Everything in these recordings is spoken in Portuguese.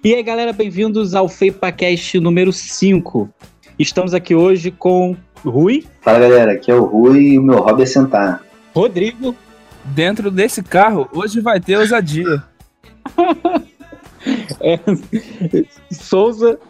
E aí, galera, bem-vindos ao FeipaCast número 5. Estamos aqui hoje com Rui. Fala, galera, aqui é o Rui e o meu hobby é sentar. Rodrigo. Dentro desse carro, hoje vai ter ousadia. Souza.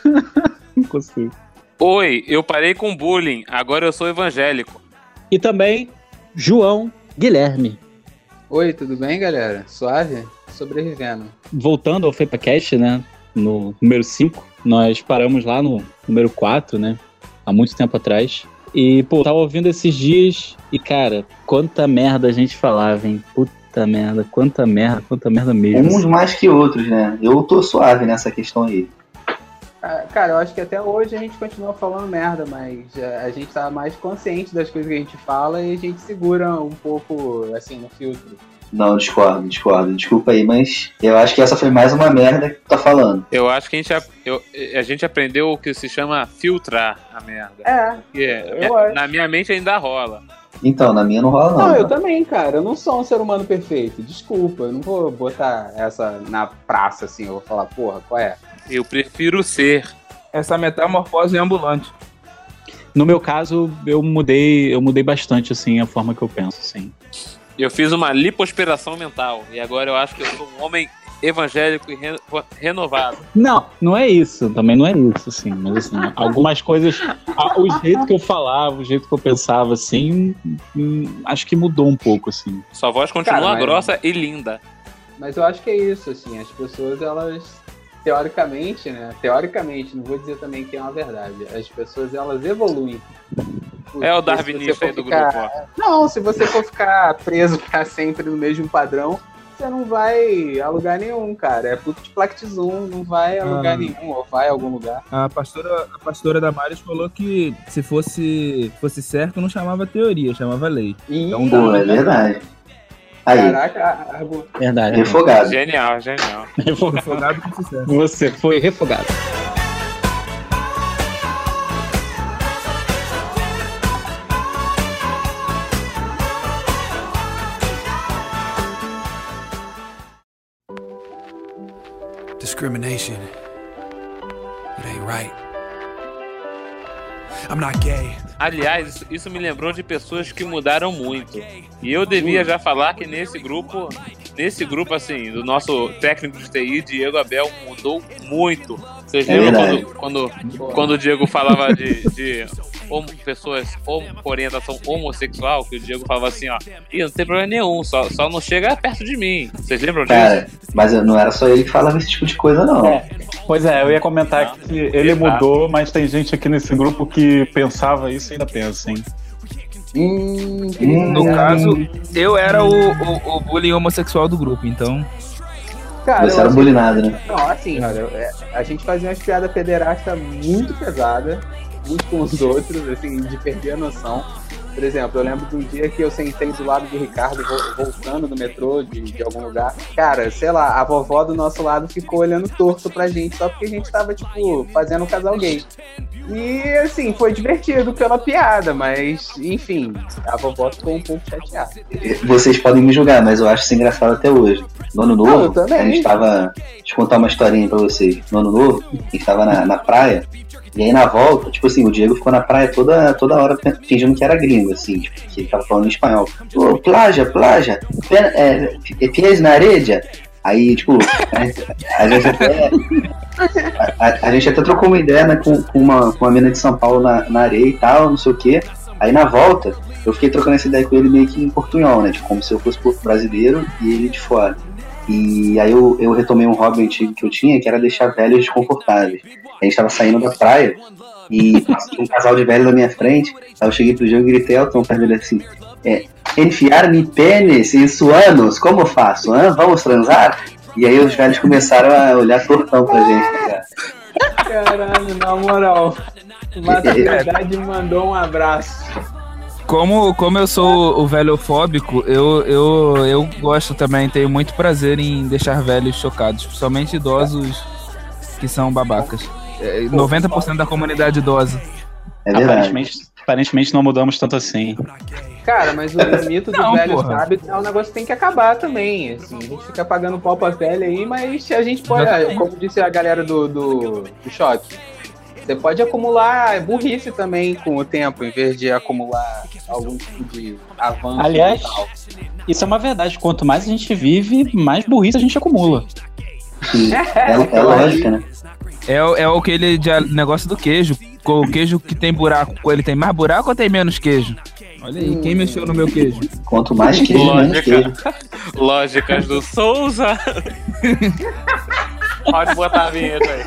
Não consigo. Oi, eu parei com bullying, agora eu sou evangélico. E também João Guilherme. Oi, tudo bem, galera? Suave? Sobrevivendo. Voltando ao FeipaCast, né? No número 5, nós paramos lá no número 4, né? Há muito tempo atrás. E, pô, tava ouvindo esses dias e, cara, quanta merda a gente falava, hein? Puta merda, quanta merda mesmo. Uns mais que outros, né? Eu tô suave nessa questão aí. Cara, eu acho que até hoje a gente continua falando merda, mas a gente tá mais consciente das coisas que a gente fala e a gente segura um pouco, assim, no filtro. Não, discordo. Desculpa aí, mas eu acho que essa foi mais uma merda que tu tá falando. Eu acho que a gente aprendeu o que se chama filtrar a merda. Na minha mente ainda rola. Então, na minha não rola não. Não, eu também, cara. Eu não sou um ser humano perfeito. Desculpa, eu não vou botar essa na praça, assim. Eu vou falar, porra, qual é? Eu prefiro ser. Essa metamorfose é ambulante. No meu caso, eu mudei bastante, assim, a forma que eu penso, assim. Eu fiz uma lipoaspiração mental e agora eu acho que eu sou um homem evangélico e renovado. Não é isso, também não é isso, assim, mas assim, algumas coisas, o jeito que eu falava, o jeito que eu pensava, assim, acho que mudou um pouco, assim. Sua voz continua grossa e linda. Mas eu acho que é isso, assim, as pessoas, elas, teoricamente, não vou dizer também que é uma verdade, as pessoas, elas evoluem. É o darwinista aí do grupo. Não, se você for ficar preso pra sempre no mesmo padrão, você não vai a lugar nenhum, cara. É Plactizum, não vai a lugar nenhum, ou vai a algum lugar. A pastora Damares falou que se fosse certo, não chamava teoria, chamava lei. Então, pô, é verdade. Aí. Caraca, verdade. Refogado. Genial. Refogado com sucesso. Você foi refogado. Discrimination. It ain't right. I'm not gay. Aliás, isso me lembrou de pessoas que mudaram muito. E eu devia já falar que nesse grupo assim, do nosso técnico de TI, Diego Abel, mudou muito. Vocês lembram quando o Diego falava de pessoas com orientação homossexual, que o Diego falava assim, ó, não tem problema nenhum, só não chega perto de mim. Vocês lembram disso? Cara, mas não era só ele que falava esse tipo de coisa, não. Pois é, eu ia comentar que ele mudou, mas tem gente aqui nesse grupo que pensava isso e ainda pensa, hein? No caso, eu era o bullying homossexual do grupo, então... Cara, você era bulinado, né? Não, assim, olha, a gente fazia umas piadas pederastas muito pesadas, uns com os outros, assim, de perder a noção. Por exemplo, eu lembro de um dia que eu sentei do lado de Ricardo, voltando do metrô de algum lugar. Cara, sei lá, a vovó do nosso lado ficou olhando torto pra gente, só porque a gente tava, tipo, fazendo um casal gay. E, assim, foi divertido pela piada, mas, enfim, a vovó ficou um pouco chateada. Vocês podem me julgar, mas eu acho isso engraçado até hoje. No Ano Novo, a gente tava... Deixa eu contar uma historinha pra vocês. No Ano Novo, a gente tava na praia, e aí na volta, tipo assim, o Diego ficou na praia toda hora fingindo que era gringo, assim, tipo, que ele tava falando em espanhol. Ô, plágia, pies na areia. Aí, tipo, a gente até trocou uma ideia, né, com uma mina de São Paulo na areia e tal, não sei o quê. Aí na volta, eu fiquei trocando essa ideia com ele meio que em portunhol, né, tipo, como se eu fosse brasileiro e ele de fora. E aí eu retomei um hobby antigo que eu tinha, que era deixar velhos desconfortáveis. A gente tava saindo da praia e passou um casal de velhos na minha frente. Aí eu cheguei pro Diego e gritei alto perto dele assim: enfiar mi pênis em suanos, como faço? Vamos transar? E aí os velhos começaram a olhar tortão pra gente, cara. Caralho, na moral, Maturidade mandou um abraço. Como eu sou o velhofóbico, eu gosto também, tenho muito prazer em deixar velhos chocados, principalmente idosos que são babacas. 90% da comunidade idosa. É verdade. Aparentemente não mudamos tanto assim. Cara, mas o mito do velho sábio é um negócio que tem que acabar também. Assim, a gente fica pagando pau pra velha aí, mas a gente pode, como disse a galera do choque, você pode acumular burrice também com o tempo, em vez de acumular algum tipo de avanço. Aliás, isso é uma verdade. Quanto mais a gente vive, mais burrice a gente acumula. É lógica, né? É aquele negócio do queijo. O queijo que tem buraco, ele tem mais buraco ou tem menos queijo? Olha aí, quem mexeu no meu queijo? Quanto mais queijo, menos queijo. Lógicas do Souza. Pode botar a vinheta aí.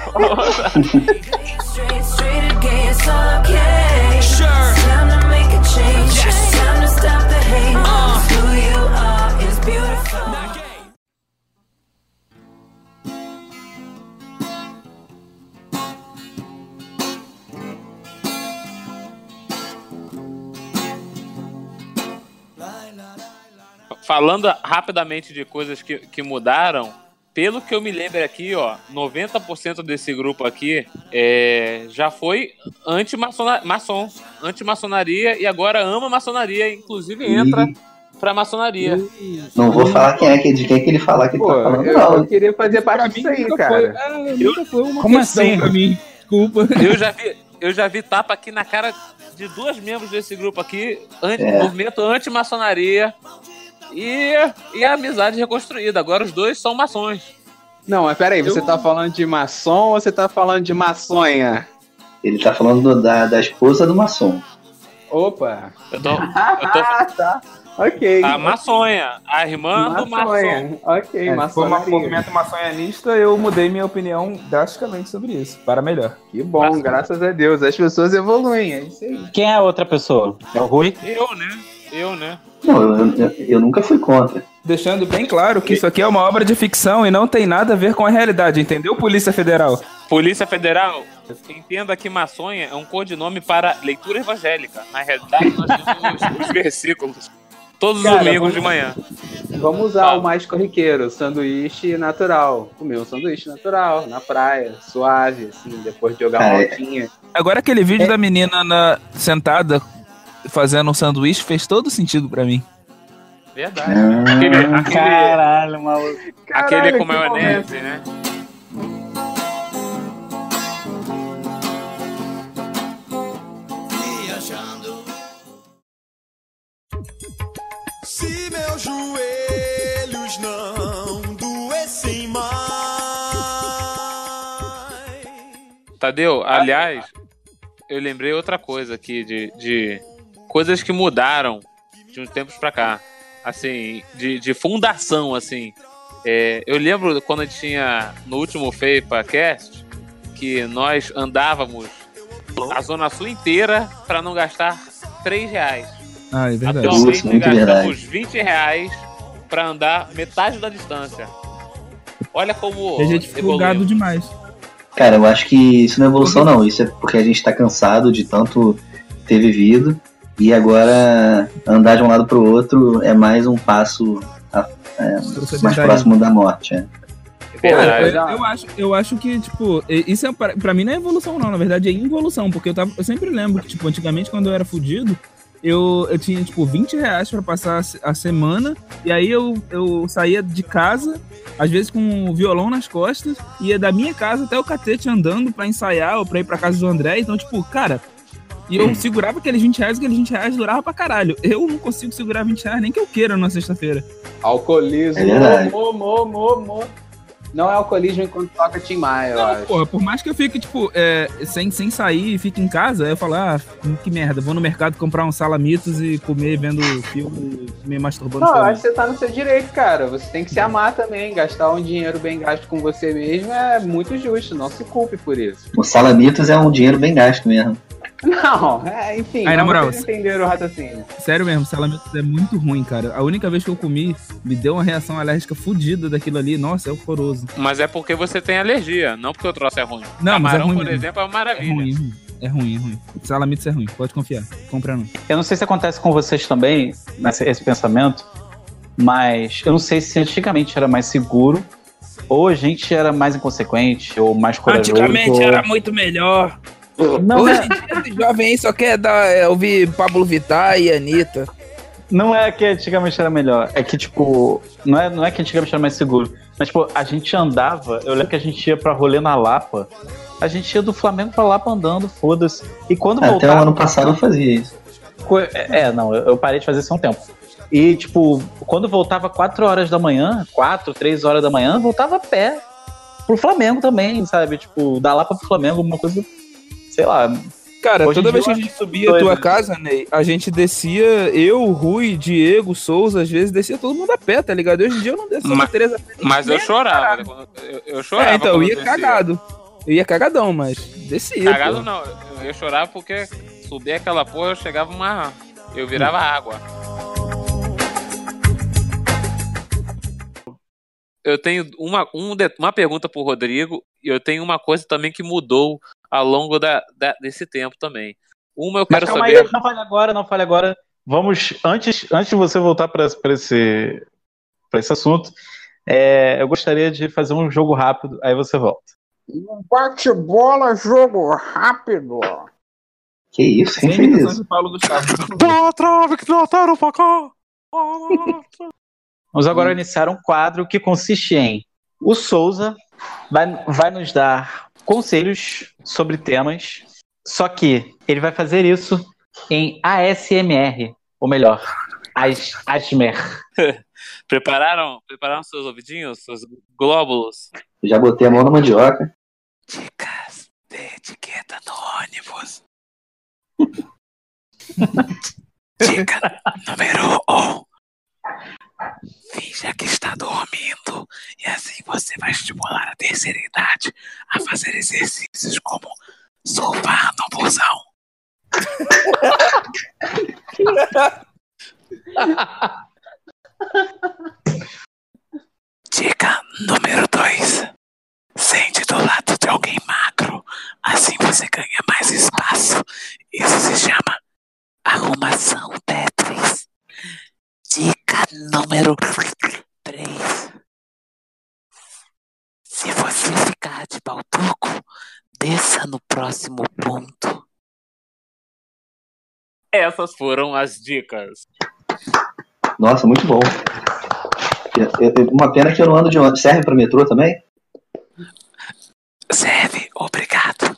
Falando rapidamente de coisas que mudaram, pelo que eu me lembro aqui, ó, 90% desse grupo aqui já foi anti-maçonaria e agora ama maçonaria, inclusive entra pra maçonaria. Não vou falar de quem que ele falar que ele tá falando, não. Eu queria fazer parte disso aí, cara. Nunca foi uma Como questão assim? pra mim. Desculpa. Eu já vi tapa aqui na cara de 2 membros desse grupo aqui, movimento anti-maçonaria. E a amizade reconstruída. Agora os dois são maçons. Não, mas peraí, você tá falando de maçom ou você tá falando de maçonha? Ele tá falando da esposa do maçom. Opa! Eu tô tá. Ok. a maçonha, a irmã do maçom. Ok, Foi um maçonaria. movimento maçonhanista, eu mudei minha opinião drasticamente sobre isso, para melhor. Que bom, graças a Deus. As pessoas evoluem, é isso aí. Quem é a outra pessoa? É o Rui? Eu, né? Não, eu nunca fui contra. Deixando bem claro que isso aqui é uma obra de ficção e não tem nada a ver com a realidade, entendeu, Polícia Federal? Polícia Federal, entenda que maçonha é um codinome para leitura evangélica. Na realidade, nós temos os versículos todos os domingos de manhã. Vamos usar o mais corriqueiro, sanduíche natural. Comer um sanduíche natural, na praia, suave, assim, depois de jogar uma altinha. Agora aquele vídeo da menina sentada fazendo um sanduíche fez todo sentido pra mim. Verdade. Caralho, maluco. Aquele com maionese, né? Se meus joelhos não doessem mais. Tadeu, aliás, eu lembrei outra coisa aqui de coisas que mudaram de uns tempos pra cá. Assim, de fundação, assim. Eu lembro quando a gente tinha, no último FeipaCast, que nós andávamos a Zona Sul inteira pra não gastar R$3. Ah, é verdade. Atualmente muito gastamos verdade. R$20 pra andar metade da distância. Olha como A gente ficou gado demais. Cara, eu acho que isso não é evolução, não. Isso é porque a gente tá cansado de tanto ter vivido. E agora andar de um lado pro outro é mais um passo mais próximo da morte. Eu acho que, tipo, isso pra mim não é evolução, não. Na verdade é involução, porque eu sempre lembro que, tipo, antigamente quando eu era fudido, eu tinha, tipo, R$20 pra passar a semana, e aí eu saía de casa, às vezes com o violão nas costas, ia da minha casa até o Catete andando pra ensaiar ou pra ir pra casa do André. Então, tipo, cara, e eu segurava aqueles R$20 durava pra caralho. Eu não consigo segurar R$20 nem que eu queira numa sexta-feira. Alcoolismo. É verdade. Não é alcoolismo enquanto toca Tim Maia, eu acho. Porra, por mais que eu fique, tipo, sem sair e fique em casa, eu falo, que merda, vou no mercado comprar uns salamitos e comer vendo filme e me masturbando. Não, eu acho que você tá no seu direito, cara. Você tem que se amar também. Gastar um dinheiro bem gasto com você mesmo é muito justo. Não se culpe por isso. O salamitos é um dinheiro bem gasto mesmo. Não, enfim, aí, na moral, vocês entenderam o raciocínio. Sério mesmo, salamitos é muito ruim, cara. A única vez que eu comi, me deu uma reação alérgica fodida daquilo ali. Nossa, é horroroso. Mas é porque você tem alergia, não porque o troço é ruim. Não, Camarão, mas é ruim por mesmo. exemplo, é uma maravilha. É ruim. Salamitos é ruim, pode confiar. Compra não. Eu não sei se acontece com vocês também, esse pensamento, mas eu não sei se antigamente era mais seguro, ou a gente era mais inconsequente, ou mais corajoso. Antigamente era muito melhor. Não, Hoje em dia, esse jovem aí só quer ouvir Pablo Vittar e Anitta. Não é que antigamente era melhor, é que, tipo, não é que antigamente era mais seguro, mas, tipo, a gente andava, eu lembro que a gente ia pra rolê na Lapa, a gente ia do Flamengo pra Lapa andando, foda-se, e quando Até voltava... o ano passado eu fazia isso. Não, eu parei de fazer isso há um tempo. E, tipo, quando voltava 4 horas da manhã, 4, 3 horas da manhã, voltava a pé pro Flamengo também, sabe? Tipo, da Lapa pro Flamengo, alguma coisa, sei lá... Cara, Hoje toda em vez que dia a eu gente acho subia a doido, tua né? casa, Ney, a gente descia, eu, Rui, Diego, Souza, às vezes descia todo mundo a pé, tá ligado? Hoje em dia eu não desço a Tereza a pé. Mas eu chorava. Eu chorava. Então, eu quando ia descia. cagado. Eu ia cagadão, mas descia. Cagado pô. não. Eu chorava porque subir aquela porra, eu chegava eu virava água. Eu tenho uma pergunta pro Rodrigo e eu tenho uma coisa também que mudou ao longo desse tempo também. Eu Mas quero calma saber... aí, não fale agora. Vamos, antes de você voltar para esse assunto, eu gostaria de fazer um jogo rápido, aí você volta. Bate-bola, jogo rápido. Que isso? Quem Sem fez imitação isso? de Paulo Gustavo. Bola trave que notaram pra cá! Vamos agora iniciar um quadro que consiste em... O Souza vai nos dar conselhos sobre temas, só que ele vai fazer isso em ASMR, ou melhor, ASMR. Prepararam seus ouvidinhos, seus glóbulos? Já botei a mão na mandioca. Dicas de etiqueta no ônibus. Dica número 1. Finja que está dormindo e assim você vai estimular a terceira idade a fazer exercícios como surfar no busão. Dica número 2. Sente do lado de alguém magro, assim você ganha mais espaço. Isso se chama arrumação Tetris. Dica número 3. Se você ficar de balduco, desça no próximo ponto. Essas foram as dicas. Nossa, muito bom. Uma pena que eu não ando de ônibus. Serve pra metrô também? Serve, obrigado.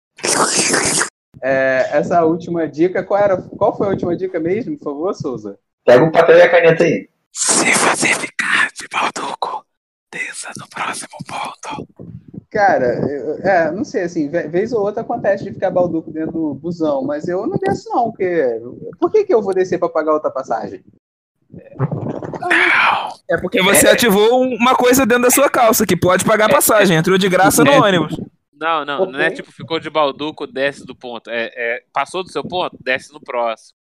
Essa última dica, qual foi a última dica mesmo, por favor, Souza? Pega um papel e a caneta aí. Se você ficar de balduco, desça no próximo ponto. Cara, não sei, assim, vez ou outra acontece de ficar balduco dentro do busão, mas eu não desço não, porque... Por que eu vou descer pra pagar outra passagem? É porque você ativou uma coisa dentro da sua calça, que pode pagar a passagem. Entrou de graça no ônibus. Não é tipo, ficou de balduco, desce do ponto. Passou do seu ponto, desce no próximo.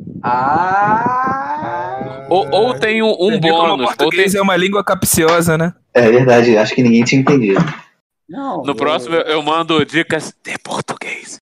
Ou tem um bônus. O português é uma língua capciosa, né? É verdade, acho que ninguém tinha entendido. Não, No próximo eu mando dicas de português.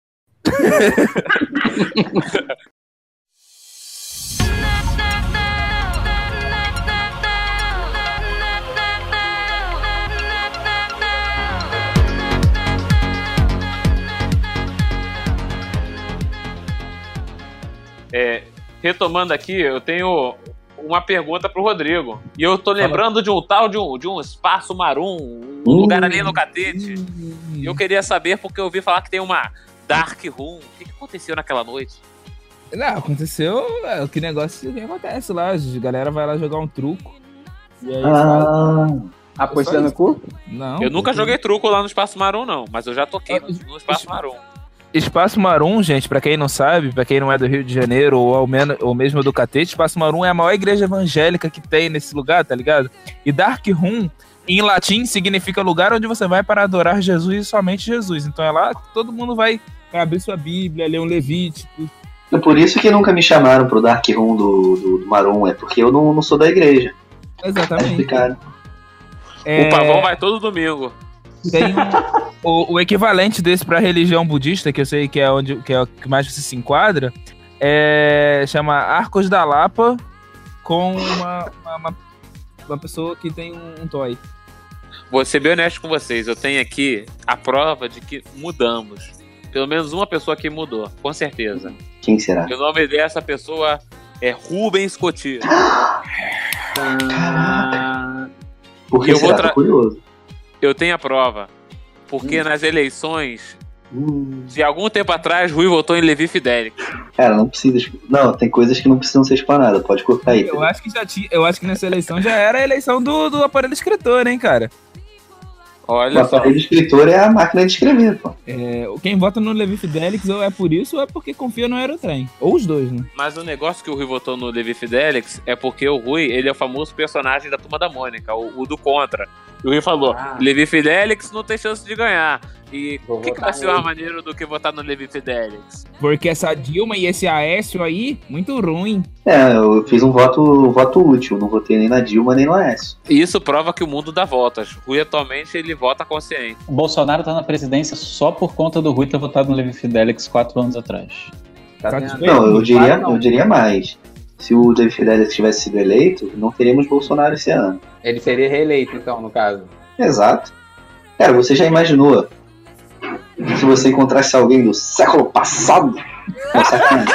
Retomando aqui, eu tenho uma pergunta pro Rodrigo. E eu tô lembrando de um tal de um espaço marum, um lugar ali no Catete. E eu queria saber, porque eu ouvi falar que tem uma Dark Room. O que aconteceu naquela noite? Não, aconteceu que negócio que acontece lá. A galera vai lá jogar um truco. E aí apostando no cu? Não. Eu nunca joguei truco lá no Espaço Marum, não. Mas eu já toquei no Espaço Marum. Espaço Marum, gente, pra quem não sabe, pra quem não é do Rio de Janeiro ou mesmo do Catete, Espaço Marum é a maior igreja evangélica que tem nesse lugar, tá ligado? E Dark Room, em latim, significa lugar onde você vai para adorar Jesus e somente Jesus. Então é lá que todo mundo vai abrir sua Bíblia, ler um Levítico. É por isso que nunca me chamaram pro Dark Room do Marum, é porque eu não sou da igreja. Exatamente. O Pavão vai todo domingo. Tem o equivalente desse pra religião budista, que eu sei que é o que mais você se enquadra, chama Arcos da Lapa, com uma pessoa que tem um toy. Vou ser bem honesto com vocês, eu tenho aqui a prova de que mudamos. Pelo menos uma pessoa aqui mudou, com certeza. Quem será? O nome dessa pessoa É Rubens Coutinho. Por que eu vou será? Tô curioso. Eu tenho a prova. Porque nas eleições, de algum tempo atrás, Rui votou em Levi Fidelix. Cara, não precisa. Não, tem coisas que não precisam ser explanadas. Pode cortar aí. Eu acho que já tinha. Eu acho que nessa eleição já era a eleição do aparelho escritor, hein, cara? Olha O só. aparelho escritor é a máquina de escrever, pô. Quem vota no Levi Fidelix ou é por isso ou é porque confia no Aerotrem. Ou os dois, né? Mas o negócio que o Rui votou no Levi Fidelix é porque o Rui, ele é o famoso personagem da Turma da Mônica, o do Contra. E o Rui falou, Levi Fidelix não tem chance de ganhar. E o que vai ser mais maneiro do que votar no Levi Fidelix? Porque essa Dilma e esse Aécio aí, muito ruim. Eu fiz um voto útil. Não votei nem na Dilma nem no Aécio. E isso prova que o mundo dá voltas. Rui, atualmente, ele vota consciente. O Bolsonaro tá na presidência só por conta do Rui ter votado no Levi Fidelix 4 anos atrás. Não, eu diria mais. Se o Levi Fidelix tivesse sido eleito, não teríamos Bolsonaro esse ano. Ele seria reeleito, então, no caso. Exato. Cara, você já imaginou se você encontrasse alguém do século passado? Não, sacanagem.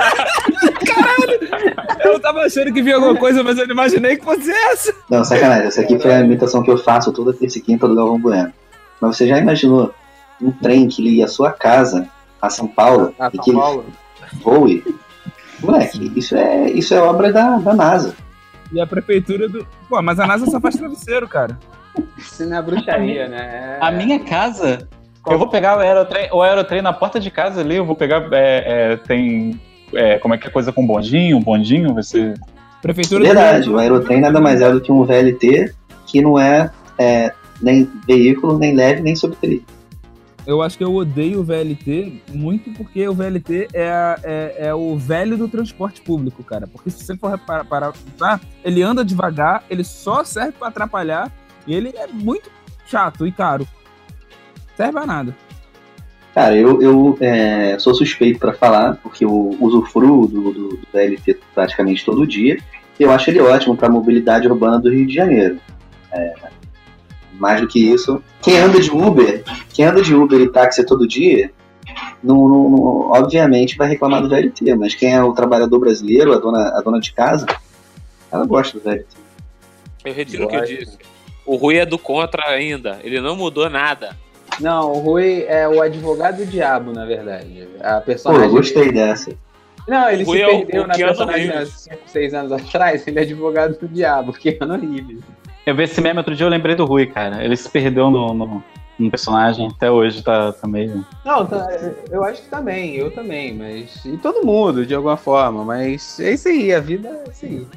Caralho! Eu tava achando que via alguma coisa, mas eu não imaginei que fosse essa. Não, sacanagem. Essa aqui foi a imitação que eu faço toda terça e quinta do Galvão Bueno. Mas você já imaginou um trem que liga a sua casa a São Paulo e que ele voe? Moleque, isso é obra da NASA. E a prefeitura do... Pô, mas a NASA só faz travesseiro, cara. Isso não é bruxaria, né? A minha casa... Eu vou pegar o Aerotrem na porta de casa ali, eu vou pegar... como é que é coisa com bondinho? Bondinho vai ser... Prefeitura Verdade, o Aerotrem nada mais é do que um VLT que não é nem veículo, nem leve, nem sobre trilho. Eu acho que eu odeio o VLT muito porque o VLT é o velho do transporte público, cara. Porque se você for parar, ele anda devagar, ele só serve pra atrapalhar e ele é muito chato e caro. Serve a nada. Cara, eu sou suspeito pra falar, porque eu usufruo do VLT praticamente todo dia. E eu acho ele ótimo pra mobilidade urbana do Rio de Janeiro. Mais do que isso, quem anda de Uber e táxi todo dia, não, obviamente vai reclamar do VLT, mas quem é o trabalhador brasileiro, a dona de casa, ela gosta do VLT. Eu retiro o que eu disse. O Rui é do contra ainda, ele não mudou nada. Não, o Rui é o advogado do diabo, na verdade. A personagem... Pô, eu gostei dessa. Não, ele se Rui perdeu na Keanu personagem há Reeves. 5, 6 anos atrás, ele é advogado do diabo, Keanu Reeves. Eu vi esse meme outro dia, eu lembrei do Rui, cara. Ele se perdeu no personagem, até hoje tá meio... Não, eu acho que também, eu também, mas... E todo mundo, de alguma forma, mas é isso aí, a vida é isso aí.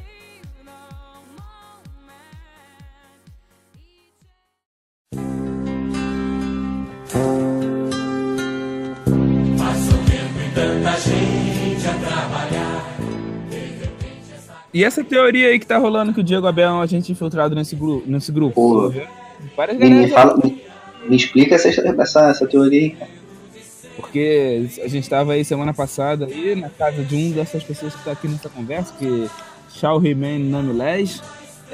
E essa teoria aí que tá rolando que o Diego Abel é um agente infiltrado nesse grupo? Pô, Várias me explica essa teoria aí, cara. Porque a gente tava aí semana passada aí na casa de uma dessas pessoas que tá aqui nessa conversa, que Shall Remain Nameless.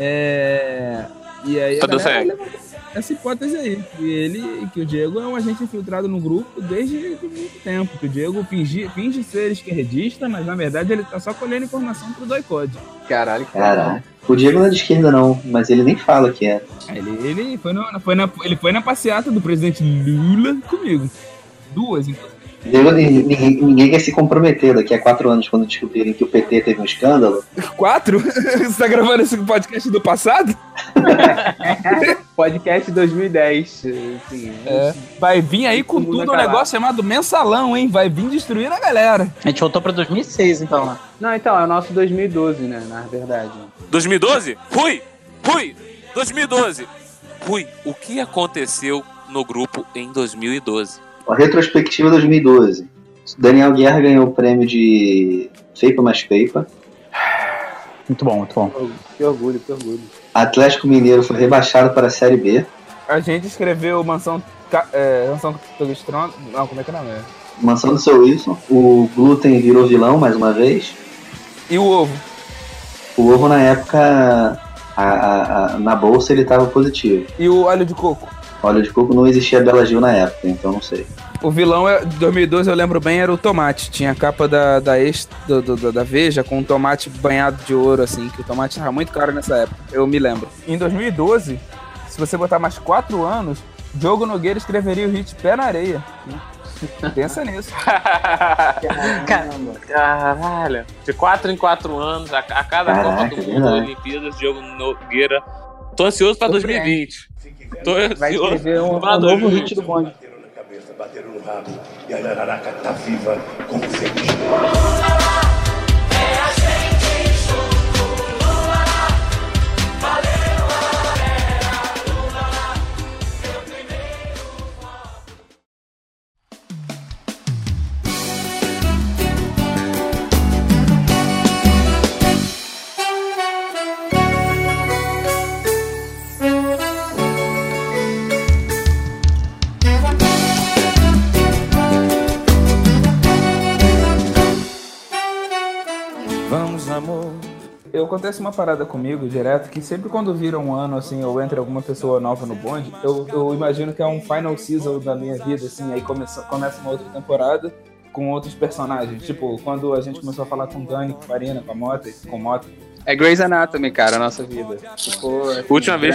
E aí a galera levantou essa hipótese aí, que o Diego é um agente infiltrado no grupo desde muito tempo, que o Diego finge ser esquerdista, mas na verdade ele tá só colhendo informação pro Doicode. Caralho. O Diego não é de esquerda não, mas ele nem fala que é. Ele foi na passeata do presidente Lula comigo. 2, inclusive. Ninguém quer se comprometer daqui a 4 anos quando descobrirem que o PT teve um escândalo. 4? Você tá gravando esse podcast do passado? Podcast 2010. Assim, vai vir aí com tudo um negócio chamado mensalão, hein? Vai vir destruir a galera. A gente voltou pra 2006, então, né? Não, então, é o nosso 2012, né? Na verdade. 2012? Rui! 2012! Rui, o que aconteceu no grupo em 2012? A retrospectiva 2012. Daniel Guerra ganhou o prêmio de Feipa mais Feipa. Muito bom, muito bom. Que orgulho. Atlético Mineiro foi rebaixado para a Série B. A gente escreveu Mansão Togstrona. Não, como é que é o nome? Mansão do Seu Wilson. O Glúten virou vilão mais uma vez. E o Ovo? O Ovo, na época, na bolsa ele estava positivo. E o óleo de coco? Óleo de coco não existia Bela Gil na época, então não sei. O vilão de 2012, eu lembro bem, era o Tomate. Tinha a capa da Veja com um tomate banhado de ouro, assim, que o tomate estava muito caro nessa época. Eu me lembro. Em 2012, se você botar mais 4 anos, Diogo Nogueira escreveria o hit Pé na Areia. Pensa nisso. Caralho. De 4 em 4 anos, a cada Copa do Mundo, Olimpíadas, Diogo Nogueira. Tô ansioso pra 2020. Vai escrever um novo hit do bonde. Bateram no rabo e a Jararaca tá viva como sempre. É a gente junto, Lula, valeu galera, Lula, meu primeiro Acontece uma parada comigo direto, que sempre quando vira um ano, assim, ou entra alguma pessoa nova no bonde, eu imagino que é um final season da minha vida, assim, aí começa uma outra temporada com outros personagens. Tipo, quando a gente começou a falar com o Dani, com Farina, com a Mota. É Grey's Anatomy, cara, a nossa vida. Tipo, assim,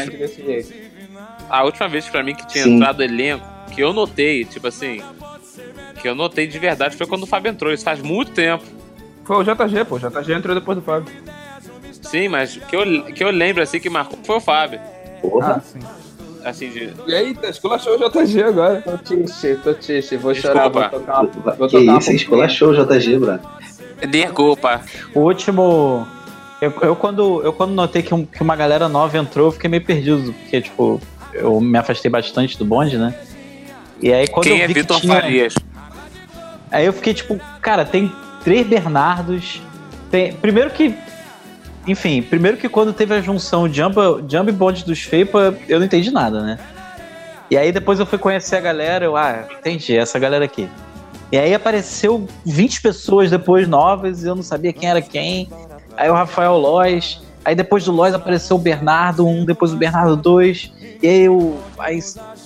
a última vez pra mim que tinha entrado elenco, que eu notei, tipo assim, que eu notei de verdade foi quando o Fábio entrou, isso faz muito tempo. Foi o JG, pô, o JG entrou depois do Fábio. Sim, mas que eu lembro assim que marcou foi o Fábio. Porra. Ah, sim. Assim de... E aí, esculachou o JG agora. Tô triste, vou Desculpa. chorar, vou tocar Que isso, esculachou o JG, Bruno. Desculpa. O último... Eu quando notei que uma galera nova entrou, eu fiquei meio perdido, porque, tipo, eu me afastei bastante do bonde, né? E aí quando Quem eu é vi Vitor que tinha... Farias? Aí eu fiquei tipo, cara, tem 3 Bernardos. Primeiro que quando teve a junção Jumbo e bonde dos Feipa, eu não entendi nada, né? E aí depois eu fui conhecer a galera, entendi, essa galera aqui. E aí apareceu 20 pessoas depois novas, e eu não sabia quem era quem. Aí o Rafael Lois, aí depois do Lois apareceu o Bernardo 1, depois o Bernardo 2, e aí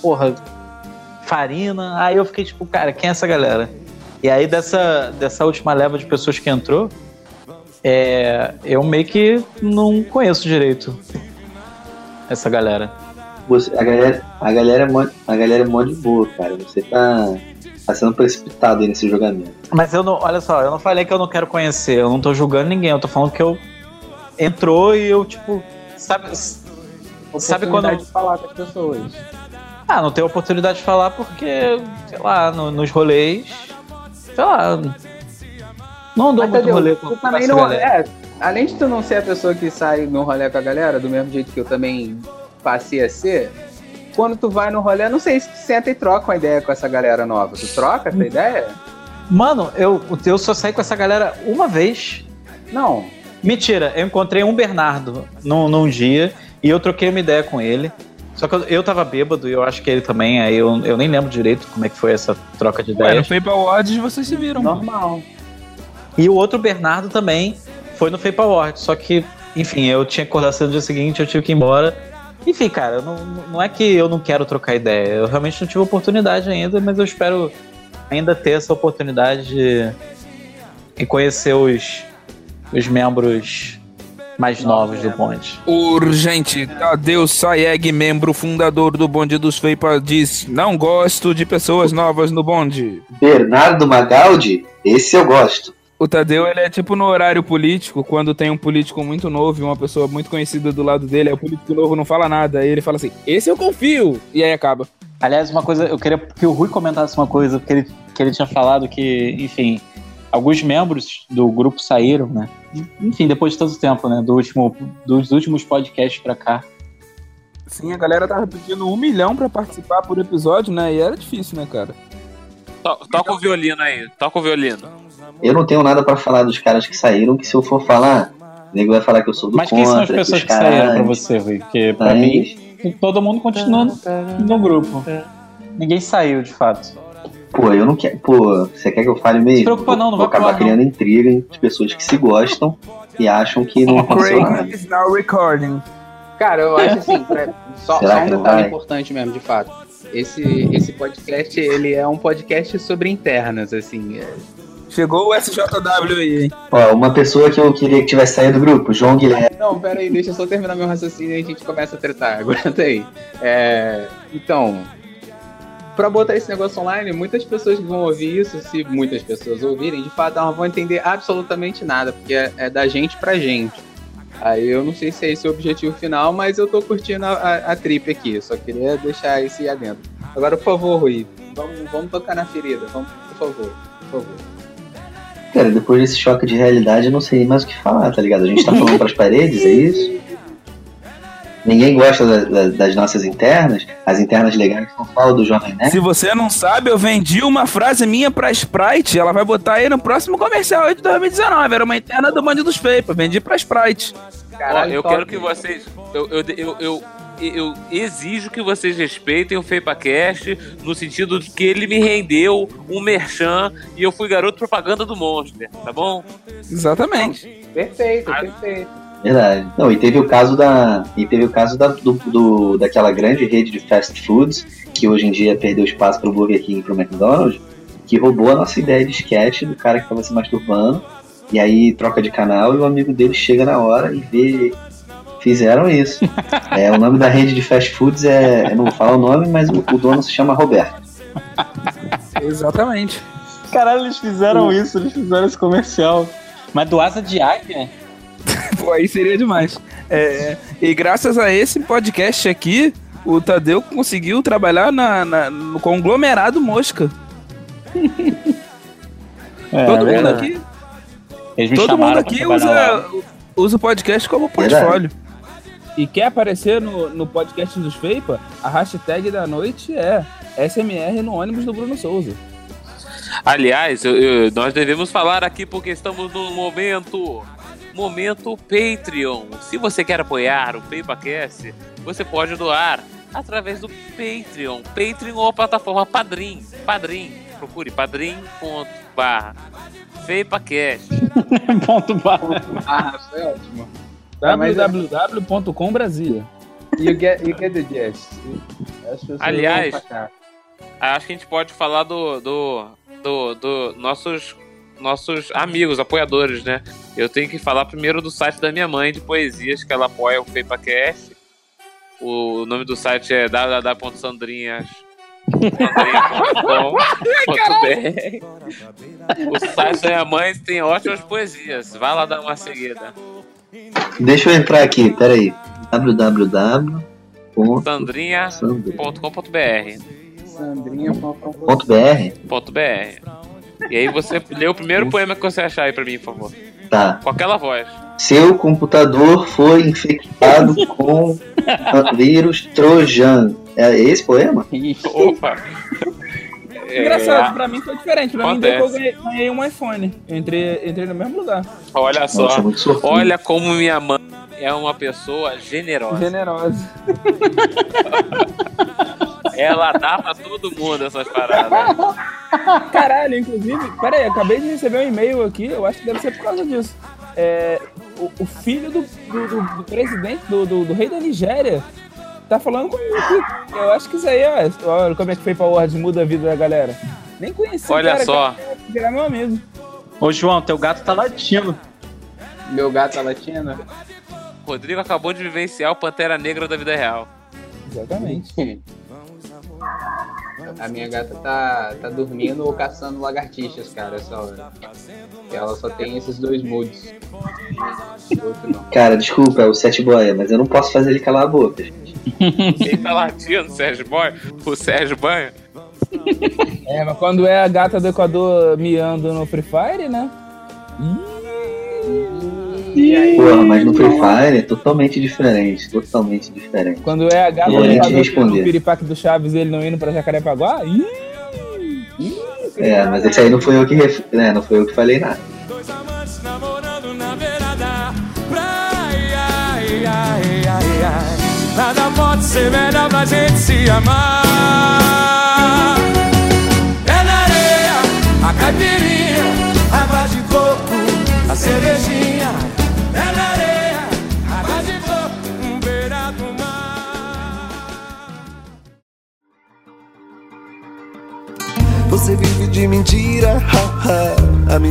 Farina, aí eu fiquei tipo, cara, quem é essa galera? E aí dessa última leva de pessoas que entrou, eu meio que não conheço direito essa galera. A galera é mó de boa, cara. Você tá sendo precipitado aí nesse julgamento. Mas olha só, eu não falei que eu não quero conhecer, eu não tô julgando ninguém, eu tô falando que eu entrou e eu, tipo, sabe quando... de falar com as pessoas. Não tenho oportunidade de falar porque, sei lá, nos rolês, sei lá, não dou muito rolê com essa galera. Além de tu não ser a pessoa que sai no rolê com a galera, do mesmo jeito que eu também passei a ser, quando tu vai no rolê, não sei se tu senta e troca uma ideia com essa galera nova. Tu troca essa ideia? Mano, eu só saí com essa galera uma vez. Não. Mentira, eu encontrei um Bernardo num dia e eu troquei uma ideia com ele. Só que eu tava bêbado e eu acho que ele também, aí eu nem lembro direito como é que foi essa troca de ideias. No Feipa Awards vocês se viram. Normal. E o outro Bernardo também foi no Feipa Awards, só que, enfim, eu tinha que acordar cedo no dia seguinte, eu tive que ir embora. Enfim, cara, não é que eu não quero trocar ideia, eu realmente não tive oportunidade ainda, mas eu espero ainda ter essa oportunidade de conhecer os membros mais novos do bonde. Urgente, Tadeu Sayeg, membro fundador do bonde dos Feipa, diz: não gosto de pessoas novas no bonde. Bernardo Magaldi, esse eu gosto. O Tadeu, ele é tipo no horário político, quando tem um político muito novo e uma pessoa muito conhecida do lado dele, aí o político novo não fala nada, aí ele fala assim, esse eu confio, e aí acaba. Aliás, uma coisa, eu queria que o Rui comentasse uma coisa, que ele tinha falado que, enfim, alguns membros do grupo saíram, né? Enfim, depois de tanto tempo, né? Dos últimos podcasts pra cá. Sim, a galera tava pedindo 1 milhão pra participar por episódio, né? E era difícil, né, cara? Toca o violino aí, toca o violino. Eu não tenho nada pra falar dos caras que saíram, que se eu for falar, o nego vai falar que eu sou do Mas contra. Mas quem são as pessoas que saíram pra você, Rui? Porque pra mim, todo mundo continua no grupo. Ninguém saiu, de fato. Pô, eu não quero. Pô, você quer que eu fale mesmo? Se preocupa não vai acabar falar, criando intriga entre pessoas que se gostam e acham que não aconteceu nada. Now recording. Cara, eu acho assim, só um detalhe importante mesmo, de fato. esse podcast, ele é um podcast sobre internas, assim. Chegou o SJW aí, hein? Ó, uma pessoa que eu queria que tivesse saído do grupo, João Guilherme. Não, pera aí, deixa eu só terminar meu raciocínio e a gente começa a tretar. Aguenta aí. Então, pra botar esse negócio online, muitas pessoas que vão ouvir isso, se muitas pessoas ouvirem, de fato, não vão entender absolutamente nada, porque é da gente pra gente. Aí eu não sei se é esse o objetivo final, mas eu tô curtindo a trip aqui. Só queria deixar esse adentro. Agora, por favor, Rui, vamos tocar na ferida. Vamos, por favor. Cara, depois desse choque de realidade, eu não sei mais o que falar, tá ligado? A gente tá falando pras paredes, é isso? Ninguém gosta das nossas internas, as internas legais que não falam do Jovem Nerd. Se você não sabe, eu vendi uma frase minha pra Sprite, ela vai botar aí no próximo comercial aí de 2019, era uma interna do Bandidos Feio, vendi pra Sprite. Caralho, eu quero que vocês... Eu exijo que vocês respeitem o FeipaCast no sentido de que ele me rendeu um merchan e eu fui garoto propaganda do Monster, tá bom? Exatamente. Perfeito. Verdade. Não, e teve o caso daquela grande rede de fast foods, que hoje em dia perdeu espaço pro Burger King e pro McDonald's, que roubou a nossa ideia de sketch do cara que tava se masturbando, e aí troca de canal e o amigo dele chega na hora e vê... Fizeram isso. O nome da rede de fast foods eu não vou falar o nome, mas o dono se chama Roberto. Exatamente. Caralho, eles fizeram isso, eles fizeram esse comercial. Mas do Asa de Águia? Pô, aí seria demais. E graças a esse podcast aqui, o Tadeu conseguiu trabalhar no conglomerado Mosca. Todo mundo aqui. Todo mundo aqui usa o podcast como portfólio. E quer aparecer no podcast dos Feipa, a hashtag da noite é SMR no ônibus do Bruno Souza. Aliás, nós devemos falar aqui porque estamos no momento Patreon. Se você quer apoiar o FeipaCast, você pode doar através do Patreon. Patreon ou a plataforma Padrim. Procure padrim.com/FeipaCast. Foi ótimo. www.com/Brasília. You get the gist. Aliás, acho que a gente pode falar do nossos amigos, apoiadores, né? Eu tenho que falar primeiro do site da minha mãe de poesias, que ela apoia o FeipaCast. O nome do site é www.sandrinhas.com.br. O site da minha mãe tem ótimas poesias. Vai lá dar uma seguida. Deixa eu entrar aqui, peraí. www.sandrinha.com.br. Sandrinha.com.br. E aí você lê o primeiro poema que você achar aí pra mim, por favor. Tá. Com aquela voz. Seu computador foi infectado com vírus Trojan. É esse poema? Opa! Engraçado, pra mim foi diferente. Pra mim, depois eu ganhei um iPhone. Eu entrei no mesmo lugar. Olha só. Nossa, olha como minha mãe é uma pessoa generosa. Ela dá pra todo mundo essas paradas. Caralho, inclusive, peraí, acabei de receber um e-mail aqui, eu acho que deve ser por causa disso. O filho do presidente, do rei da Nigéria, tá falando comigo aqui. Eu acho que isso aí, olha como é que Feipa Word muda a vida da galera. Nem conheci olha cara, só. Virar meu amigo. Ô, João, teu gato tá latindo. Meu gato tá latindo? Rodrigo acabou de vivenciar o Pantera Negra da vida real. Exatamente. A minha gata tá dormindo ou caçando lagartixas, cara, essa hora. E ela só tem esses dois moods. Outro não. Cara, desculpa, é o Sete Boia, mas eu não posso fazer ele calar a boca, gente. Quem tá latindo, Sérgio Boia? O Sérgio Banha? Mas quando é a gata do Equador miando no Free Fire, né? Porra, mas no Free Fire é totalmente diferente. Quando é a gata do Equador no piripaque do Chaves e ele não indo pra Jacarepaguá? Mas esse aí não foi eu que não foi eu que falei nada. Dois amantes namorando na beirada praia, nada pode ser melhor pra gente se amar. É na areia, a caipirinha, a água de coco, a cervejinha. É na areia, água de coco, beira do mar.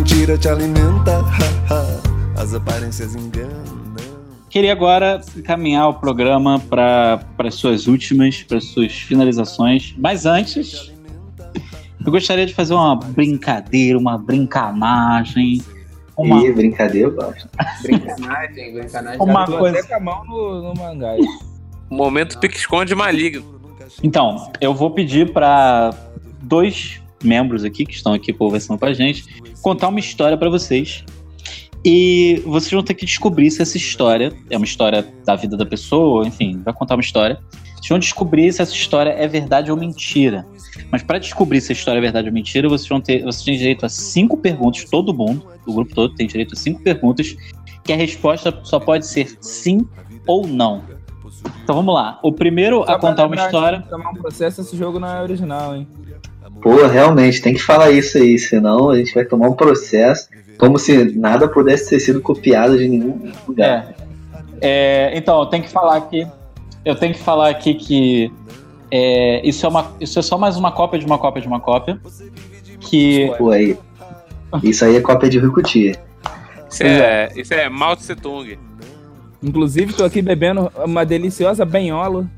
mentira te alimenta. As aparências enganam. Queria agora encaminhar o programa para as suas últimas, para as suas finalizações. Mas antes, eu gostaria de fazer uma brincadeira, uma brincanagem. Ih, brincadeira, eu gosto. Brincanagem. Uma Tô coisa. até com a mão no mangá. Momento pique-esconde maligno. Então, eu vou pedir para 2 membros aqui, que estão aqui conversando com a gente, contar uma história para vocês. E vocês vão ter que descobrir se essa história é uma história da vida da pessoa, enfim, vai contar uma história. Vocês vão descobrir se essa história é verdade ou mentira. Mas para descobrir se a história é verdade ou mentira, vocês têm direito a 5 perguntas, todo mundo, o grupo todo tem direito a 5 perguntas, que a resposta só pode ser sim ou não. Então vamos lá. O primeiro a contar uma história. Tomar um processo, esse jogo não é original, hein? Pô, realmente, tem que falar isso aí, senão a gente vai tomar um processo, como se nada pudesse ter sido copiado de nenhum lugar. Então, eu tenho que falar aqui que isso é só mais uma cópia de uma cópia de uma cópia. Que... Pô, aí. Isso aí é cópia de Rikuti. Isso é Mao Tse Tung. Inclusive, tô aqui bebendo uma deliciosa benholo.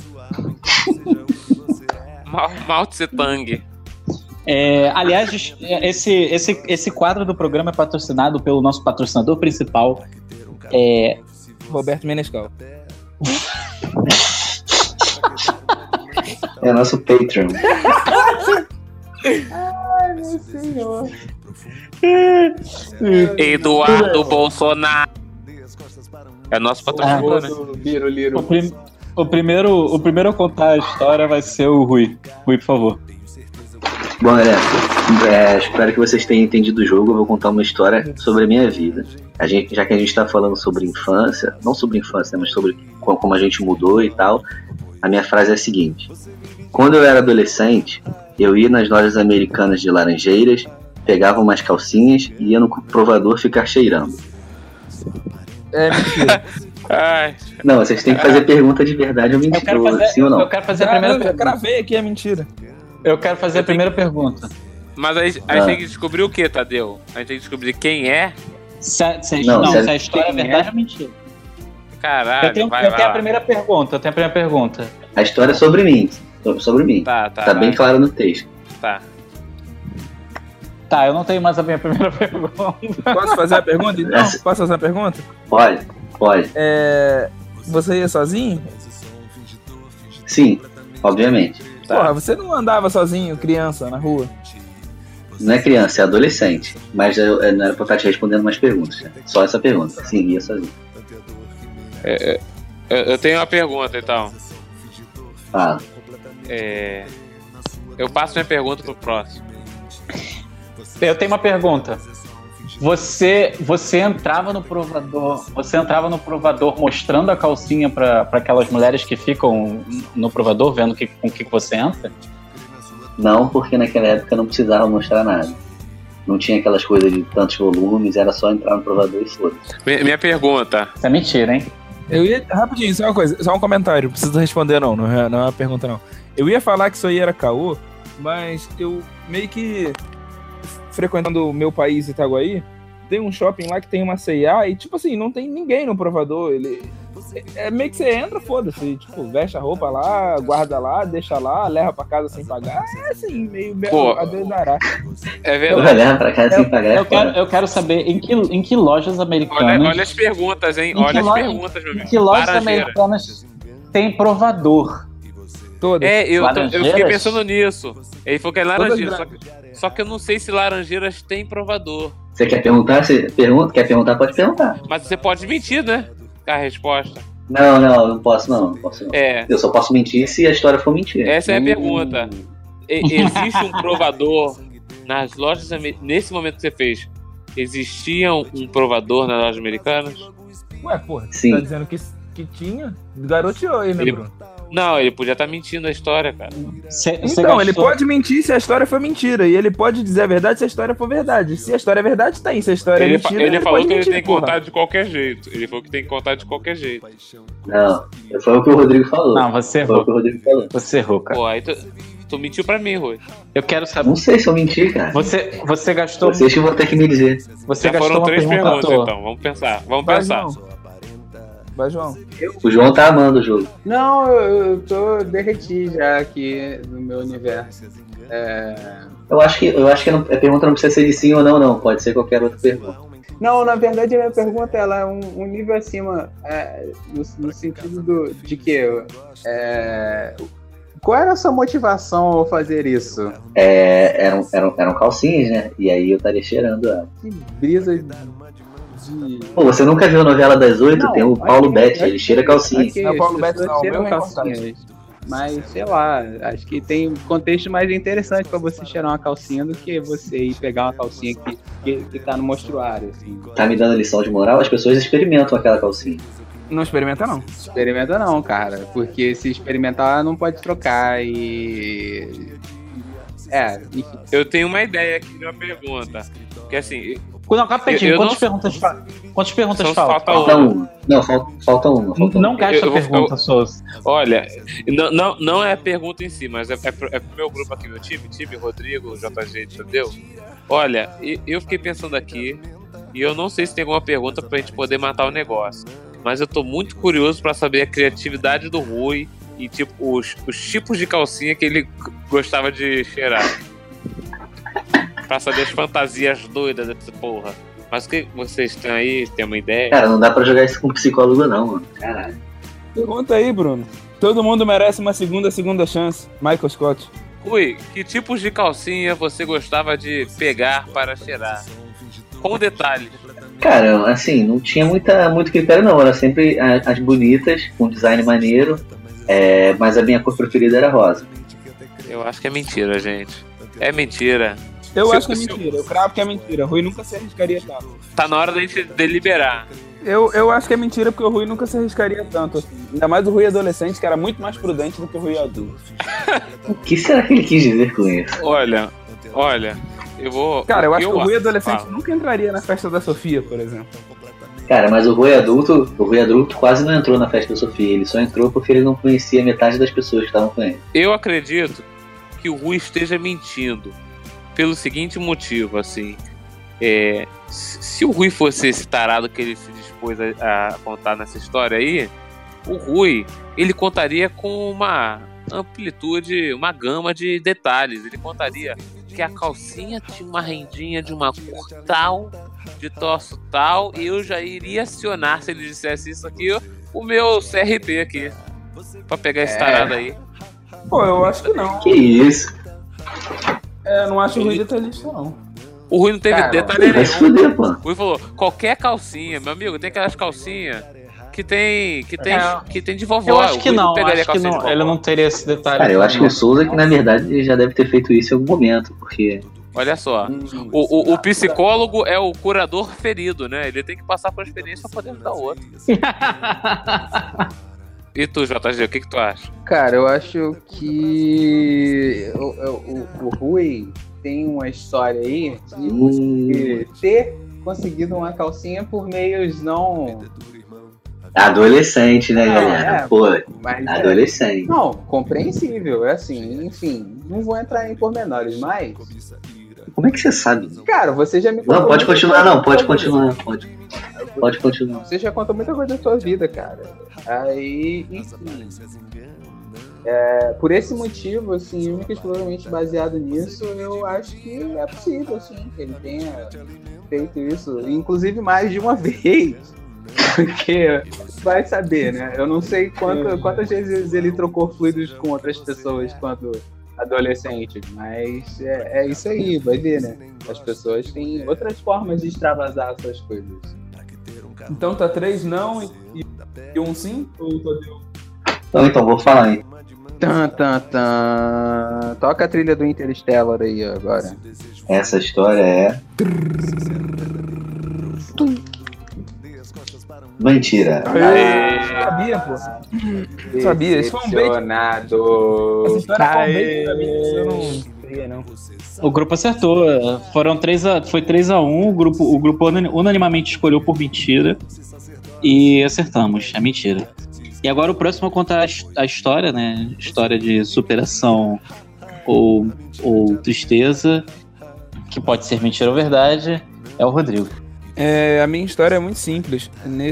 Mao Tse Tung. Aliás, esse quadro do programa é patrocinado pelo nosso patrocinador principal, Roberto Menescal. É nosso Patreon. Ai, meu senhor. Eduardo Bolsonaro. É nosso patrocinador, né? O primeiro a contar a história vai ser o Rui. Rui, por favor. Bom, galera, espero que vocês tenham entendido o jogo. Eu vou contar uma história sobre a minha vida. Já que a gente está falando sobre infância, não sobre infância, mas sobre como a gente mudou e tal, a minha frase é a seguinte: quando eu era adolescente, eu ia nas lojas americanas de Laranjeiras, pegava umas calcinhas e ia no provador ficar cheirando. É mentira. Não, vocês têm que fazer pergunta de verdade ou mentira, sim ou não? Eu quero fazer a primeira pergunta. Eu cravei aqui, é mentira. Eu quero fazer a primeira pergunta. Mas a gente tem que descobrir o que, Tadeu? A gente tem que descobrir quem é? Se a história é verdade ou mentira. Caralho, eu tenho a primeira pergunta. A história é sobre mim. Tá bem claro no texto. Tá, eu não tenho mais a minha primeira pergunta. Posso fazer a pergunta, então? Posso fazer a pergunta? Pode. Você ia sozinho? Sim, obviamente. Porra, você não andava sozinho, criança, na rua? Não é criança, é adolescente. Mas não era pra eu estar te respondendo mais perguntas. Né? Só essa pergunta. Sim, ia sozinho. Eu tenho uma pergunta, então. Fala. Eu passo minha pergunta pro próximo. Eu tenho uma pergunta. Você entrava no provador mostrando a calcinha para aquelas mulheres que ficam no provador vendo com o que você entra? Não, porque naquela época não precisava mostrar nada. Não tinha aquelas coisas de tantos volumes, era só entrar no provador e foda-se. Minha pergunta. Isso é mentira, hein? Eu ia... Rapidinho, só uma coisa, só um comentário. Não precisa responder não é uma pergunta não. Eu ia falar que isso aí era caô, mas eu meio que... frequentando o meu país, Itaguaí, tem um shopping lá que tem uma C&A e, tipo assim, não tem ninguém no provador. É meio que você entra, foda-se. Tipo, veste a roupa lá, guarda lá, deixa lá, leva pra casa sem pagar. É assim, meio a Deus dará. É verdade. Leva pra casa sem pagar. Eu quero saber em que lojas americanas... Olha as perguntas, hein? Olha as perguntas, meu amigo. Em que lojas americanas tem provador? Todas. Eu fiquei pensando nisso. Ele falou que é Laranjeiras. Só que eu não sei se Laranjeiras tem provador. Você quer perguntar? Quer perguntar, pode perguntar. Mas você pode mentir, né? A resposta. Não posso não. Eu só posso mentir se a história for mentira. Essa é a pergunta. Existe um provador nas lojas... Nesse momento que você fez, existia um provador nas lojas americanas? Ué, porra, sim. Tá dizendo que tinha? Garoteou aí, né, Bruno? Não, ele podia estar mentindo a história, cara. Então, ele pode mentir se a história for mentira. E ele pode dizer a verdade se a história for verdade. Se a história é verdade, tem. Se a história é mentira, ele falou que mentir, ele tem que contar de qualquer jeito. Ele falou que tem que contar de qualquer jeito. Não, foi o que o Rodrigo falou. Não, você errou. Foi o que o Rodrigo falou. Você errou, cara. Pô, aí Tu mentiu pra mim, Rui. Eu quero saber. Não sei se eu menti, cara. Você gastou. Vocês que vão ter que me dizer. Você Já gastou foram uma 3 pergunta à perguntas, toa. então. Vamos pensar. Vamos Vai, pensar. João. Vai, João. O João tá amando o jogo. Não, eu tô derreti já aqui no meu universo. Eu acho que a pergunta não precisa ser de sim ou não, não. Pode ser qualquer outra pergunta. Não, na verdade a minha pergunta ela é um nível acima, no sentido de que qual era a sua motivação ao fazer isso? Eram calcinhas, né? E aí eu estaria cheirando ela. Que brisa de... Pô, você nunca viu a novela das 8? Não, Tem o Paulo Betti, ele cheira calcinha. Ok, Não, as Paulo pessoas Betti não, cheiram meu calcinhas. Mas, sei lá, acho que tem contexto mais interessante pra você cheirar uma calcinha do que você ir pegar uma calcinha que tá no mostruário, assim. Tá me dando lição de moral? As pessoas experimentam aquela calcinha. Não experimenta, não. Experimenta não, cara. Porque se experimentar, não pode trocar e... enfim. Eu tenho uma ideia aqui de uma pergunta. Porque assim, Não, rapidinho, Eu quantas não- perguntas Só faltam? falta Falta uma. uma. Não, falta uma. Não gasta Eu vou- pergunta, Souza. Olha, não é a pergunta em si, mas é pro meu grupo aqui, meu time, Rodrigo, JG, entendeu? Olha, eu fiquei pensando aqui, e eu não sei se tem alguma pergunta pra gente poder matar o negócio, mas eu tô muito curioso pra saber a criatividade do Rui e tipo, os tipos de calcinha que ele gostava de cheirar. Pra saber as fantasias doidas dessa porra. Mas o que vocês têm aí? Tem uma ideia? Cara, não dá pra jogar isso com psicólogo não, mano. Caralho. Pergunta aí, Bruno. Todo mundo merece uma segunda chance. Michael Scott. Rui, que tipos de calcinha você gostava de pegar para cheirar? Com detalhes. Cara, assim, não tinha muito critério não. Era sempre as bonitas, com design maneiro. Mas a minha cor preferida era rosa. Eu acho que é mentira, gente. É mentira. Eu Se- acho que é se- mentira. Eu cravo que é mentira. Rui nunca se arriscaria tanto. Tá na hora da gente deliberar. Eu acho que é mentira porque o Rui nunca se arriscaria tanto. Assim. Ainda mais o Rui adolescente, que era muito mais prudente do que o Rui adulto. O que será que ele quis dizer com isso? Olha, eu vou. Cara, eu acho que o Rui adolescente Fala. nunca entraria na festa da Sofia, por exemplo. Cara, mas o Rui adulto quase não entrou na festa da Sofia. Ele só entrou porque ele não conhecia metade das pessoas que estavam com ele. Eu acredito que o Rui esteja mentindo. Pelo seguinte motivo, assim. Se o Rui fosse esse tarado que ele se dispôs a contar nessa história aí, o Rui, ele contaria com uma amplitude, uma gama de detalhes. Ele contaria que a calcinha tinha uma rendinha de uma cor tal, de torso tal, e eu já iria acionar, se ele dissesse isso aqui, o meu CRP aqui, pra pegar esse tarado aí. Pô, eu acho que não. Que isso? Eu não acho o Rui detalhista, não. O Rui não teve Cara, detalhe Vai se nenhum. fuder, pô. O Rui falou, qualquer calcinha, meu amigo, tem aquelas calcinhas que tem de vovó. Eu acho O que Rui não, pegaria acho que calcinha de não. vovó. Ele não teria esse detalhe. Cara, eu acho que não. o Souza, que na verdade ele já deve ter feito isso em algum momento, porque... Olha só, o psicólogo é o curador ferido, né? Ele tem que passar por experiência pra poder ajudar o outro. E tu, JG, o que tu acha? Cara, eu acho que o Rui tem uma história aí de ter conseguido uma calcinha por meios não... Adolescente, né, galera? Pô, Mas adolescente. não, compreensível, é assim, enfim, não vou entrar em pormenores, mas... Como é que você sabe? Cara, você já me contou... Não, pode muita continuar, coisa não, da pode sua vida. continuar, pode continuar. Você já contou muita coisa da sua vida, cara. Aí, enfim... por esse motivo, assim, único e exclusivamente baseado nisso, eu acho que é possível, assim, que ele tenha feito isso, inclusive mais de uma vez. Porque vai saber, né? Eu não sei quantas vezes ele trocou fluidos com outras pessoas quando adolescente, mas é isso aí, vai ver, né? As pessoas têm outras formas de extravasar suas coisas. Então tá 3 não e 1 sim? Ou tô deu? Então, vou falar aí. Toca a trilha do Interstellar aí agora. Essa história é... Mentira. Sabia, pô. Sabia, isso foi um bait. Decepcionado. Essa história foi um bait pra mim, eu não queria, não. O grupo acertou. Foi 3-1. O grupo unanimamente escolheu por mentira. E acertamos. É mentira. E agora o próximo é contar a história, né? História de superação ou tristeza, que pode ser mentira ou verdade, é o Rodrigo. A minha história é muito simples.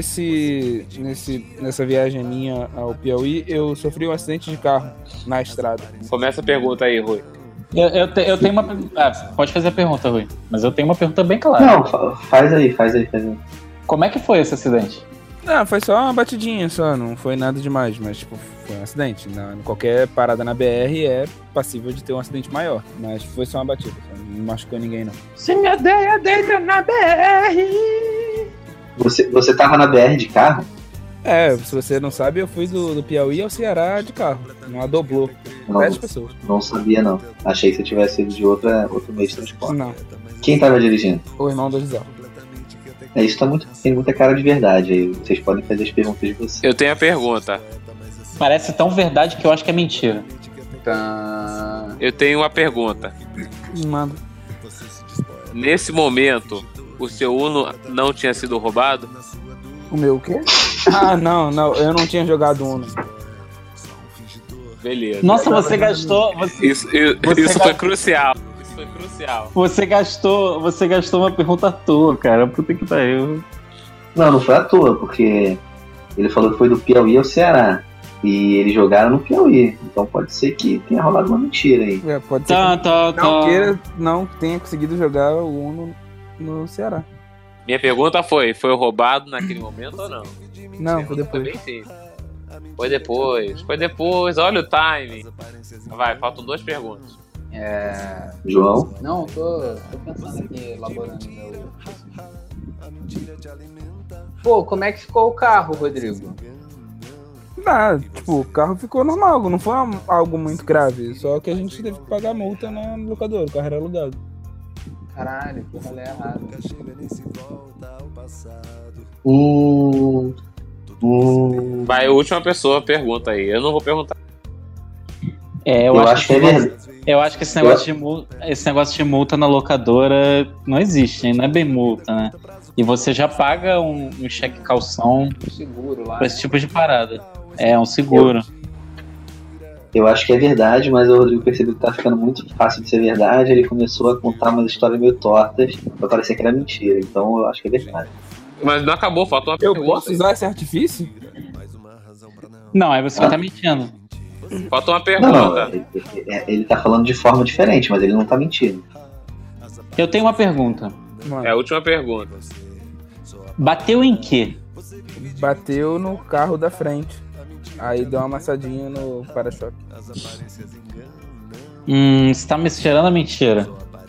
Nessa viagem minha ao Piauí, eu sofri um acidente de carro na estrada. Começa a pergunta aí, Rui. Eu tenho uma... pode fazer a pergunta, Rui. Mas eu tenho uma pergunta bem clara. Não, faz aí. Como é que foi esse acidente? Não, foi só uma batidinha só, não foi nada demais, mas tipo, foi um acidente. Qualquer parada na BR é passível de ter um acidente maior, mas foi só uma batida, não machucou ninguém não. Se me odeia, deita na BR. Você tava na BR de carro? Se você não sabe, eu fui do Piauí ao Ceará de carro, numa doblô, 10 pessoas. Não sabia não, achei que você tivesse ido de outro meio de transporte. Não. Quem tava dirigindo? O irmão do Gisal. Isso tem muita cara de verdade aí. Vocês podem fazer as perguntas de vocês. Eu tenho a pergunta. Parece tão verdade que eu acho que é mentira. Tá. Eu tenho uma pergunta. Manda. Nesse momento, o seu Uno não tinha sido roubado? O meu o quê? Não, eu não tinha jogado Uno. Beleza. Nossa, você gastou... Isso foi crucial. Foi crucial. Você gastou uma pergunta à toa, cara. Puta que pariu. Não foi à toa, porque ele falou que foi do Piauí ao Ceará. E eles jogaram no Piauí. Então pode ser que tenha rolado uma mentira aí. Pode ser não tenha conseguido jogar o Uno no Ceará. Minha pergunta foi roubado naquele momento ou não? Não, foi depois. Bem simples. Foi depois. Olha o time. Vai, faltam 2 perguntas. João? Não, tô pensando aqui, elaborando meu... Pô, como é que ficou o carro, Rodrigo? O carro ficou normal, não foi algo muito grave, só que a gente teve que pagar multa na locadora, o carro era alugado. Caralho, que rolê errado. Vai, a última pessoa pergunta aí, eu não vou perguntar. Eu acho que é verdade. Eu acho que esse negócio de multa na locadora não existe, não é bem multa, né? E você já paga um cheque calção seguro lá, pra esse tipo de parada. É um seguro. Eu acho que é verdade, mas o Rodrigo percebeu que tá ficando muito fácil de ser verdade. Ele começou a contar umas histórias meio tortas pra parecer que era mentira. Então eu acho que é verdade. Mas não acabou, faltou uma pergunta. Eu posso usar esse artifício? Não, aí você tá mentindo. Falta uma pergunta. Ele tá falando de forma diferente, mas ele não tá mentindo. Eu tenho uma pergunta. É a última pergunta. Bateu em quê? Bateu no carro da frente. Aí deu uma amassadinha no para-choque. Você tá me cheirando a mentira.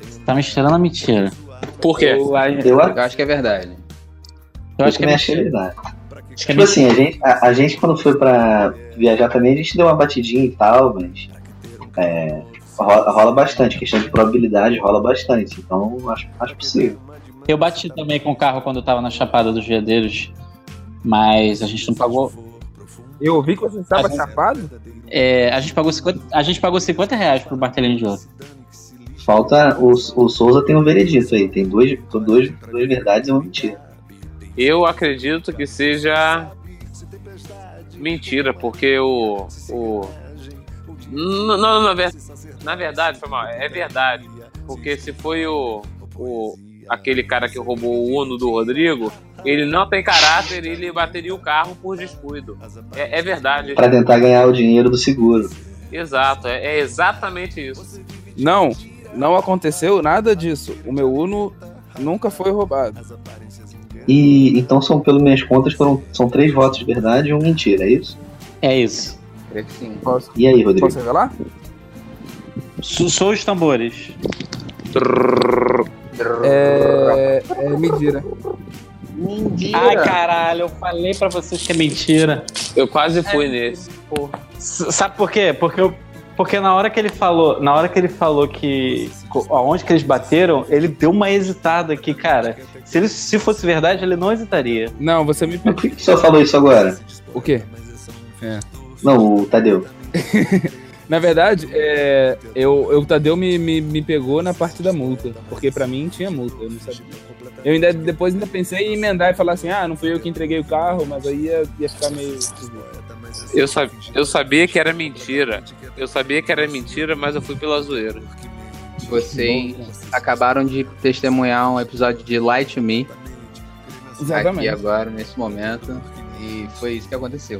Por quê? Eu acho que é verdade. Eu acho que é mentira. Verdade. Tipo assim, a gente quando foi pra viajar também, a gente deu uma batidinha e tal, mas rola bastante, questão de probabilidade rola bastante, então acho possível. Eu bati também com o carro quando eu tava na Chapada dos Veadeiros, mas a gente não pagou. Eu ouvi que você estava chapado? A gente pagou R$50 pro Bartelinho de ouro. Falta, o Souza tem um veredito aí, tem duas verdades e uma mentira. Eu acredito que seja mentira, porque na verdade, foi mal, é verdade. Porque se foi aquele cara que roubou o Uno do Rodrigo, ele não tem caráter e ele bateria o carro por descuido. É verdade. Pra tentar ganhar o dinheiro do seguro. Exato, é exatamente isso. Não aconteceu nada disso. O meu Uno nunca foi roubado. E então pelas minhas contas, são 3 votos de verdade e 1 mentira, é isso? É isso. Sim. E aí, Rodrigo? Posso revelar? Sou os tambores. É mentira. Ai, caralho, eu falei pra vocês que é mentira. Eu quase fui nesse. Sabe por quê? Porque na hora que ele falou que aonde que eles bateram, ele deu uma hesitada aqui, cara. Se fosse verdade, ele não hesitaria. Não, você me... Por que o senhor falou isso agora? O quê? Não, o Tadeu. Na verdade, o Tadeu me pegou na parte da multa. Porque pra mim tinha multa, eu não sabia. Eu ainda depois pensei em emendar e falar assim, não fui eu que entreguei o carro, mas aí ia ficar meio... Eu sabia que era mentira. Eu sabia que era mentira, mas eu fui pela zoeira. Vocês acabaram de testemunhar um episódio de Lie to Me. Exatamente. Aqui agora, nesse momento. E foi isso que aconteceu.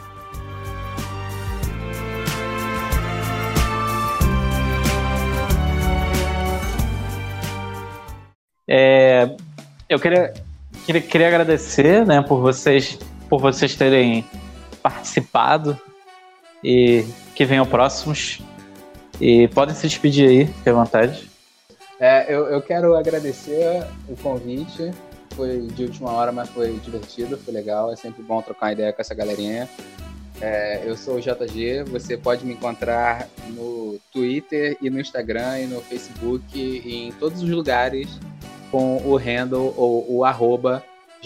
Eu queria agradecer, né, por vocês terem participado e que venham próximos. E podem se despedir aí, fique à vontade. Eu quero agradecer o convite. Foi de última hora, mas foi divertido, foi legal. É sempre bom trocar uma ideia com essa galerinha. Eu sou o JG, você pode me encontrar no Twitter e no Instagram e no Facebook e em todos os lugares com o handle ou o @JGSouza12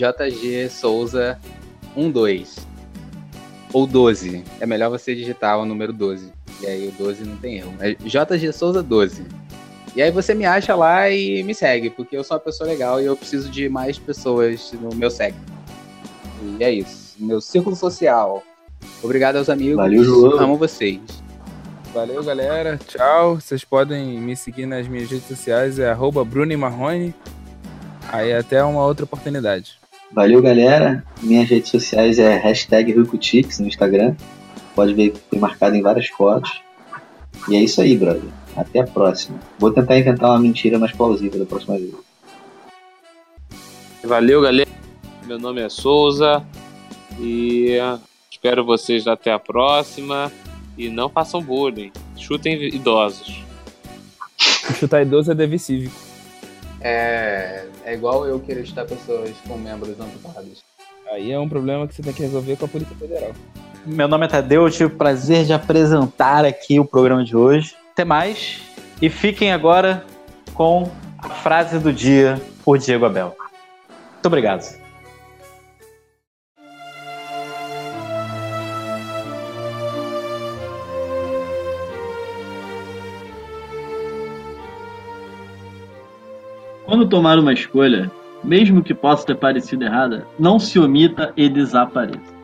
ou 12. É melhor você digitar o número 12, e aí o 12 não tem erro. É JGSouza12. E aí você me acha lá e me segue, porque eu sou uma pessoa legal e eu preciso de mais pessoas no meu século. E é isso, meu círculo social. Obrigado aos amigos. Valeu, João. Amo vocês. Valeu, galera. Tchau. Vocês podem me seguir nas minhas redes sociais, @BrunoMarrone. Aí até uma outra oportunidade. Valeu, galera. Minhas redes sociais é #RuicoTix no Instagram. Pode ver que foi marcado em várias fotos. E é isso aí, brother. Até a próxima. Vou tentar inventar uma mentira mais plausível da próxima vez. Valeu, galera. Meu nome é Souza e espero vocês até a próxima. E não façam bullying. Chutem idosos. Chutar idoso é dever cívico. É igual eu querer estar pessoas com membros amputados. Aí é um problema que você tem que resolver com a Polícia Federal. Meu nome é Tadeu, eu tive o prazer de apresentar aqui o programa de hoje. Até mais. E fiquem agora com a frase do dia por Diego Abel. Muito obrigado. Quando tomar uma escolha, mesmo que possa ter parecido errada, não se omita e desapareça.